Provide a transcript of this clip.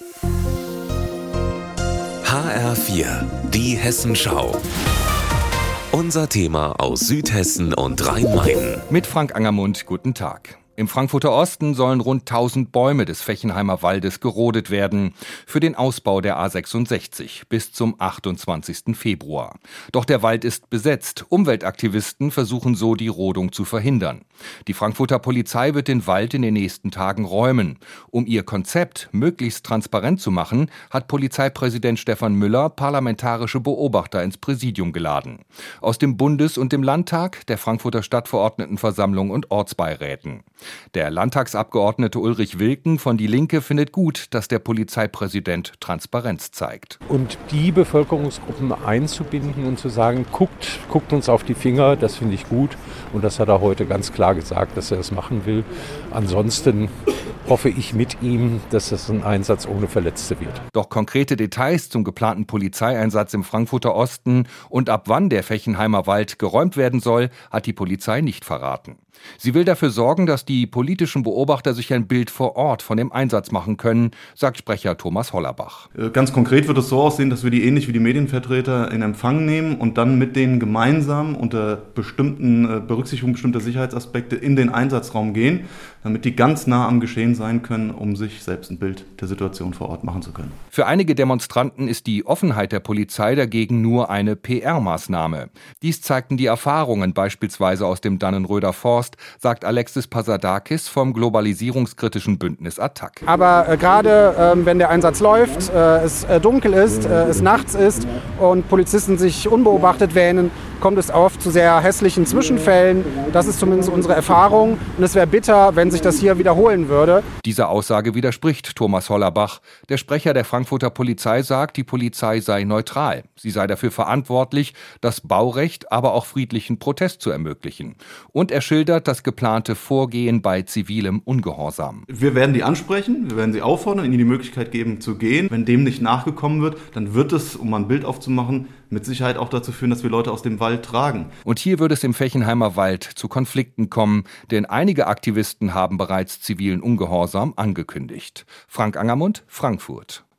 HR4, die Hessenschau. Unser Thema aus Südhessen und Rhein-Main. Mit Frank Angermund, guten Tag. Im Frankfurter Osten sollen rund 1000 Bäume des Fechenheimer Waldes gerodet werden für den Ausbau der A66 bis zum 28. Februar. Doch der Wald ist besetzt. Umweltaktivisten versuchen so, die Rodung zu verhindern. Die Frankfurter Polizei wird den Wald in den nächsten Tagen räumen. Um ihr Konzept möglichst transparent zu machen, hat Polizeipräsident Stefan Müller parlamentarische Beobachter ins Präsidium geladen. Aus dem Bundes- und dem Landtag, der Frankfurter Stadtverordnetenversammlung und Ortsbeiräten. Der Landtagsabgeordnete Ulrich Wilken von Die Linke findet gut, dass der Polizeipräsident Transparenz zeigt. Und die Bevölkerungsgruppen einzubinden und zu sagen, guckt uns auf die Finger, das finde ich gut. Und das hat er heute ganz klar gesagt, dass er das machen will. Ansonsten hoffe ich mit ihm, dass das ein Einsatz ohne Verletzte wird. Doch konkrete Details zum geplanten Polizeieinsatz im Frankfurter Osten und ab wann der Fechenheimer Wald geräumt werden soll, hat die Polizei nicht verraten. Sie will dafür sorgen, dass die politischen Beobachter sich ein Bild vor Ort von dem Einsatz machen können, sagt Sprecher Thomas Hollerbach. Ganz konkret wird es so aussehen, dass wir die ähnlich wie die Medienvertreter in Empfang nehmen und dann mit denen gemeinsam unter Berücksichtigung bestimmter Sicherheitsaspekte in den Einsatzraum gehen, damit die ganz nah am Geschehen sein können, um sich selbst ein Bild der Situation vor Ort machen zu können. Für einige Demonstranten ist die Offenheit der Polizei dagegen nur eine PR-Maßnahme. Dies zeigten die Erfahrungen beispielsweise aus dem Dannenröder Forst, sagt Alexis Pasadakis vom globalisierungskritischen Bündnis ATTAC. Aber gerade wenn der Einsatz läuft, es dunkel ist, es nachts ist und Polizisten sich unbeobachtet wähnen, kommt es oft zu sehr hässlichen Zwischenfällen. Das ist zumindest unsere Erfahrung. Und es wäre bitter, wenn sich das hier wiederholen würde. Dieser Aussage widerspricht Thomas Hollerbach. Der Sprecher der Frankfurter Polizei sagt, die Polizei sei neutral. Sie sei dafür verantwortlich, das Baurecht, aber auch friedlichen Protest zu ermöglichen. Und er schildert das geplante Vorgehen bei zivilem Ungehorsam. Wir werden die ansprechen, wir werden sie auffordern, ihnen die Möglichkeit geben zu gehen. Wenn dem nicht nachgekommen wird, dann wird es, um mal ein Bild aufzumachen, mit Sicherheit auch dazu führen, dass wir Leute aus dem Wald tragen. Und hier würde es im Fechenheimer Wald zu Konflikten kommen, denn einige Aktivisten haben bereits zivilen Ungehorsam angekündigt. Frank Angermund, Frankfurt.